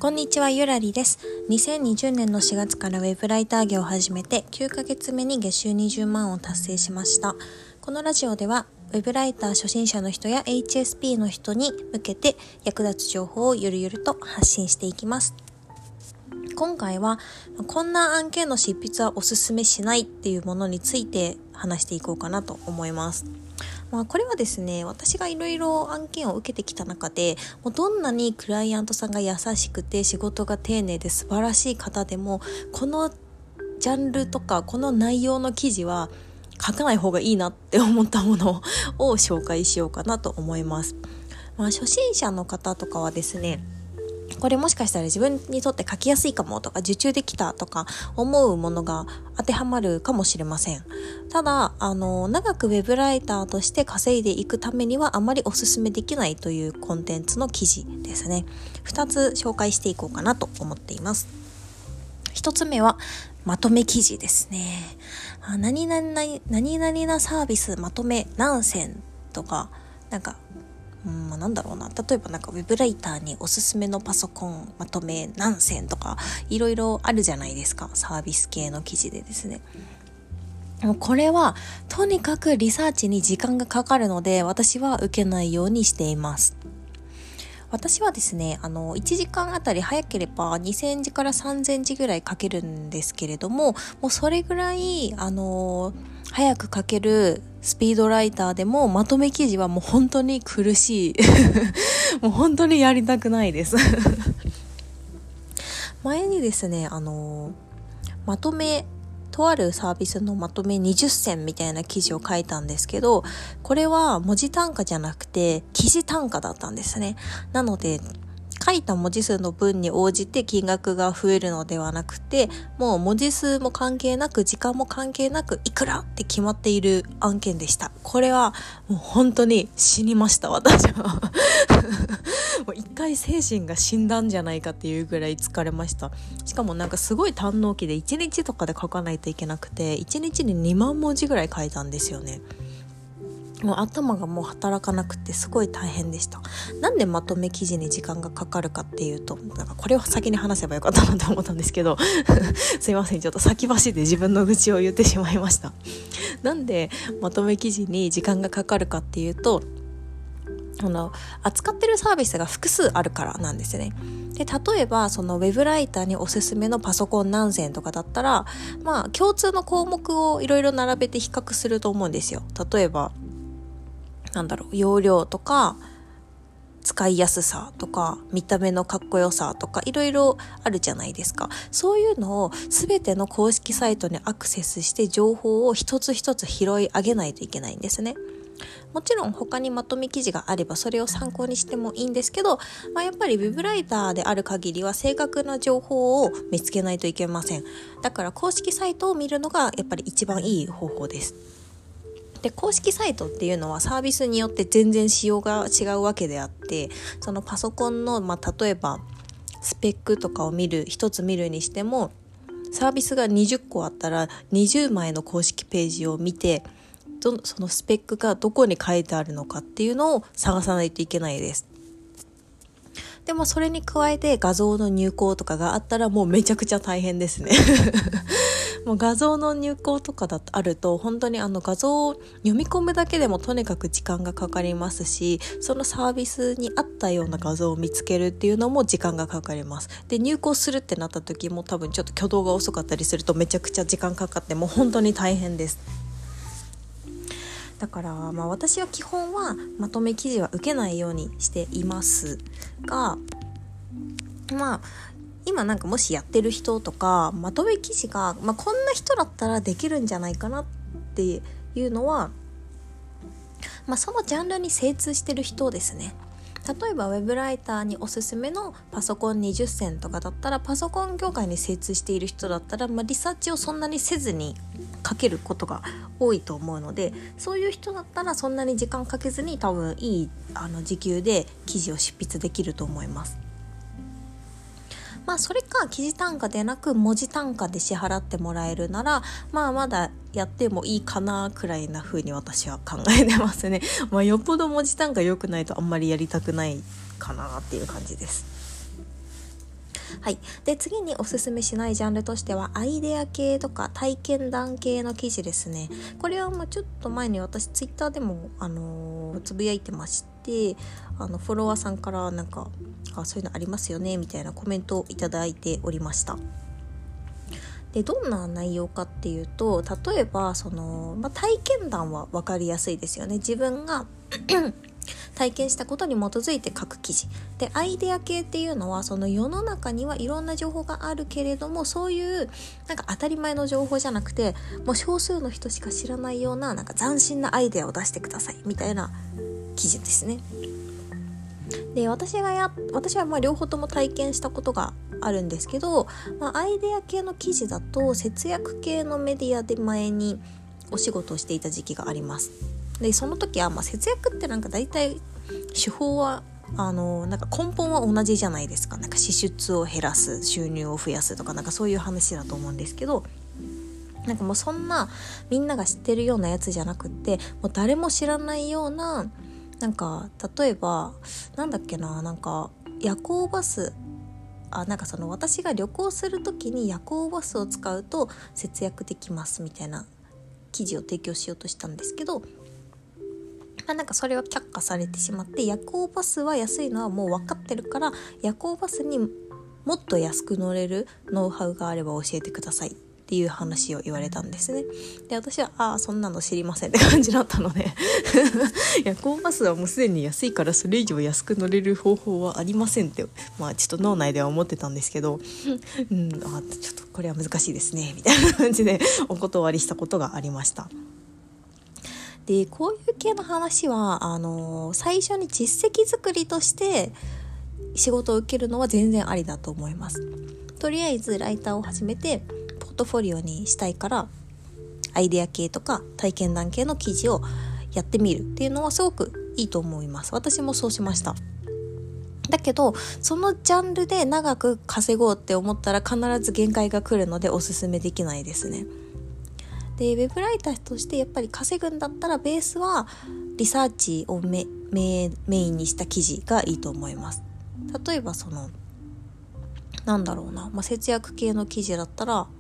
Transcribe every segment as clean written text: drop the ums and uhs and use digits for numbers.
こんにちは、ゆらりです。2020年の4月からウェブライター業を始めて9ヶ月目に月収20万を達成しました。このラジオではウェブライター初心者の人や HSP の人に向けて役立つ情報をゆるゆると発信していきます。今回はこんな案件の執筆はおすすめしないっていうものについて話していこうかなと思います。これはですね、私がいろいろ案件を受けてきた中で、もうどんなにクライアントさんが優しくて仕事が丁寧で素晴らしい方でも、このジャンルとかこの内容の記事は書かない方がいいなって思ったものを紹介しようかなと思います。初心者の方とかはですね、これもしかしたら自分にとって書きやすいかもとか受注できたとか思うものが当てはまるかもしれません。ただ長くウェブライターとして稼いでいくためにはあまりおすすめできないというコンテンツの記事ですね。2つ紹介していこうかなと思っています。1つ目はまとめ記事ですね。何々なサービスまとめ何千とかなんだろうな、例えばウェブライターにおすすめのパソコンまとめ何千とかいろいろあるじゃないですか、サービス系の記事でですね。これはとにかくリサーチに時間がかかるので、私は受けないようにしています。私はですね、1時間あたり早ければ2000字から3000字ぐらい書けるんですけれども、もうそれぐらい早く書けるスピードライターでもまとめ記事はもう本当に苦しいもう本当にやりたくないです前にですね、まとめとあるサービスのまとめ20選みたいな記事を書いたんですけど、これは文字単価じゃなくて記事単価だったんですね。なので書いた文字数の分に応じて金額が増えるのではなくて、もう文字数も関係なく時間も関係なくいくらって決まっている案件でした。これはもう本当に死にました、私はもう一回精神が死んだんじゃないかっていうぐらい疲れました。しかもすごい短納期で1日とかで書かないといけなくて、1日に2万文字ぐらい書いたんですよね。もう頭がもう働かなくてすごい大変でした。なんでまとめ記事に時間がかかるかっていうと、これを先に話せばよかったなって思ったんですけどすいません、ちょっと先走って自分の愚痴を言ってしまいました。なんでまとめ記事に時間がかかるかっていうと、扱ってるサービスが複数あるからなんですね。で、例えばそのウェブライターにおすすめのパソコン何千とかだったら、共通の項目をいろいろ並べて比較すると思うんですよ。例えば容量とか使いやすさとか見た目のかっこよさとかいろいろあるじゃないですか。そういうのを全ての公式サイトにアクセスして情報を一つ一つ拾い上げないといけないんですね。もちろん他にまとめ記事があればそれを参考にしてもいいんですけど、やっぱりウェブライターである限りは正確な情報を見つけないといけません。だから公式サイトを見るのがやっぱり一番いい方法です。で、公式サイトっていうのはサービスによって全然仕様が違うわけであって、そのパソコンの、例えばスペックとかを一つ見るにしても、サービスが20個あったら20枚の公式ページを見て、そのスペックがどこに書いてあるのかっていうのを探さないといけないです。でもそれに加えて画像の入稿とかがあったらもうめちゃくちゃ大変ですねもう画像の入稿とかあると本当に画像を読み込むだけでもとにかく時間がかかりますし、そのサービスに合ったような画像を見つけるっていうのも時間がかかります。で、入稿するってなった時も多分ちょっと挙動が遅かったりするとめちゃくちゃ時間かかってもう本当に大変です。だから私は基本はまとめ記事は受けないようにしていますが、今もしやってる人とかまとめ記事が、こんな人だったらできるんじゃないかなっていうのは、そのジャンルに精通してる人ですね。例えばウェブライターにおすすめのパソコン20選とかだったら、パソコン業界に精通している人だったら、リサーチをそんなにせずに書けることが多いと思うので、そういう人だったらそんなに時間かけずに多分いい時給で記事を執筆できると思います。それか記事単価でなく文字単価で支払ってもらえるなら、まだやってもいいかなくらいな風に私は考えてますね。よっぽど文字単価良くないとあんまりやりたくないかなっていう感じです。 はい。で、次におすすめしないジャンルとしては、アイデア系とか体験談系の記事ですね。これはちょっと前に私ツイッターでも、つぶやいてまして、フォロワーさんからそういうのありますよねみたいなコメントをいただいておりました。で、どんな内容かっていうと、例えば体験談は分かりやすいですよね。自分が体験したことに基づいて書く記事で、アイデア系っていうのはその世の中にはいろんな情報があるけれども、そういう当たり前の情報じゃなくて、もう少数の人しか知らないような斬新なアイデアを出してくださいみたいな記事ですね。で、私は両方とも体験したことがあるんですけど、アイデア系の記事だと節約系のメディアで前にお仕事をしていた時期があります。で、その時は節約って大体手法は根本は同じじゃないですか。支出を減らす、収入を増やすとかそういう話だと思うんですけど、もうそんなみんなが知ってるようなやつじゃなくって、もう誰も知らないような例えば夜行バス私が旅行する時に夜行バスを使うと節約できますみたいな記事を提供しようとしたんですけど、それは却下されてしまって、夜行バスは安いのはもう分かってるから、夜行バスにもっと安く乗れるノウハウがあれば教えてくださいっていう話を言われたんですね。で、私はそんなの知りませんって感じだったので夜行バスはもうすでに安いからそれ以上安く乗れる方法はありませんって、ちょっと脳内では思ってたんですけどちょっとこれは難しいですねみたいな感じでお断りしたことがありました。で、こういう系の話は最初に実績作りとして仕事を受けるのは全然ありだと思います。とりあえずライターを始めてポートフォリオにしたいから、アイデア系とか体験談系の記事をやってみるっていうのはすごくいいと思います。私もそうしました。だけどそのジャンルで長く稼ごうって思ったら必ず限界が来るのでおすすめできないですね。で、ウェブライターとしてやっぱり稼ぐんだったらベースはリサーチをメインにした記事がいいと思います。例えば節約系の記事だったら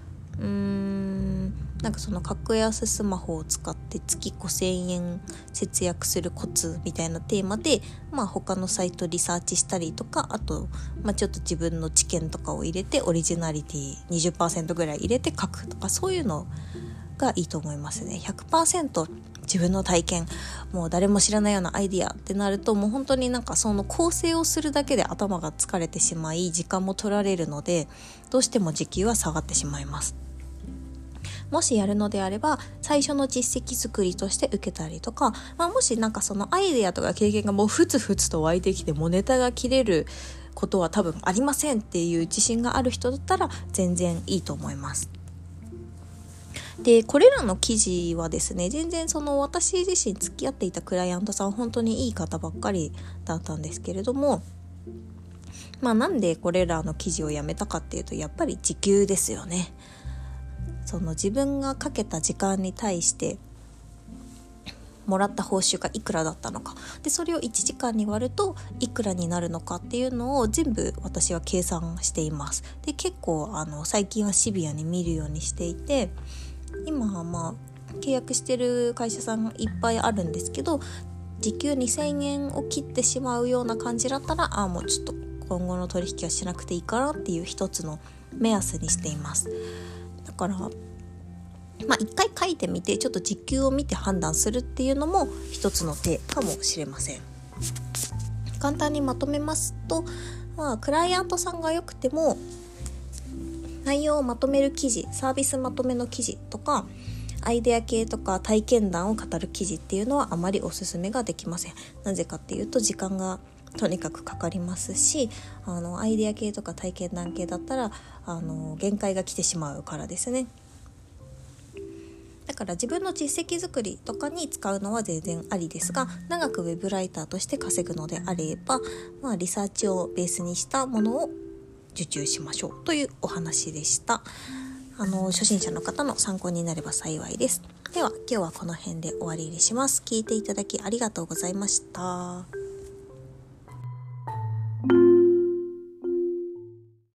格安スマホを使って月5000円節約するコツみたいなテーマで、他のサイトリサーチしたりとか、あと、ちょっと自分の知見とかを入れてオリジナリティ 20% ぐらい入れて書くとか、そういうのがいいと思いますね。 100% 自分の体験、もう誰も知らないようなアイディアってなると、もう本当にその構成をするだけで頭が疲れてしまい時間も取られるので、どうしても時給は下がってしまいます。もしやるのであれば最初の実績作りとして受けたりとか、もしそのアイデアとか経験がもうふつふつと湧いてきて、もうネタが切れることは多分ありませんっていう自信がある人だったら全然いいと思います。で、これらの記事はですね、全然私自身付き合っていたクライアントさん本当にいい方ばっかりだったんですけれども、なんでこれらの記事をやめたかっていうと、やっぱり時給ですよね。自分がかけた時間に対してもらった報酬がいくらだったのか、でそれを1時間に割るといくらになるのかっていうのを全部私は計算しています。で、結構最近はシビアに見るようにしていて、今は契約してる会社さんいっぱいあるんですけど、時給2000円を切ってしまうような感じだったらもうちょっと今後の取引はしなくていいかなっていう一つの目安にしています。だから一回書いてみてちょっと時給を見て判断するっていうのも一つの手かもしれません。簡単にまとめますと、クライアントさんが良くても内容をまとめる記事、サービスまとめの記事とかアイデア系とか体験談を語る記事っていうのはあまりおすすめができません。なぜかっていうと時間がとにかくかかりますし、アイデア系とか体験談系だったら限界が来てしまうからですね。だから自分の実績作りとかに使うのは全然ありですが、長くウェブライターとして稼ぐのであれば、リサーチをベースにしたものを受注しましょうというお話でした。初心者の方の参考になれば幸いです。では今日はこの辺で終わりにします。聞いていただきありがとうございました。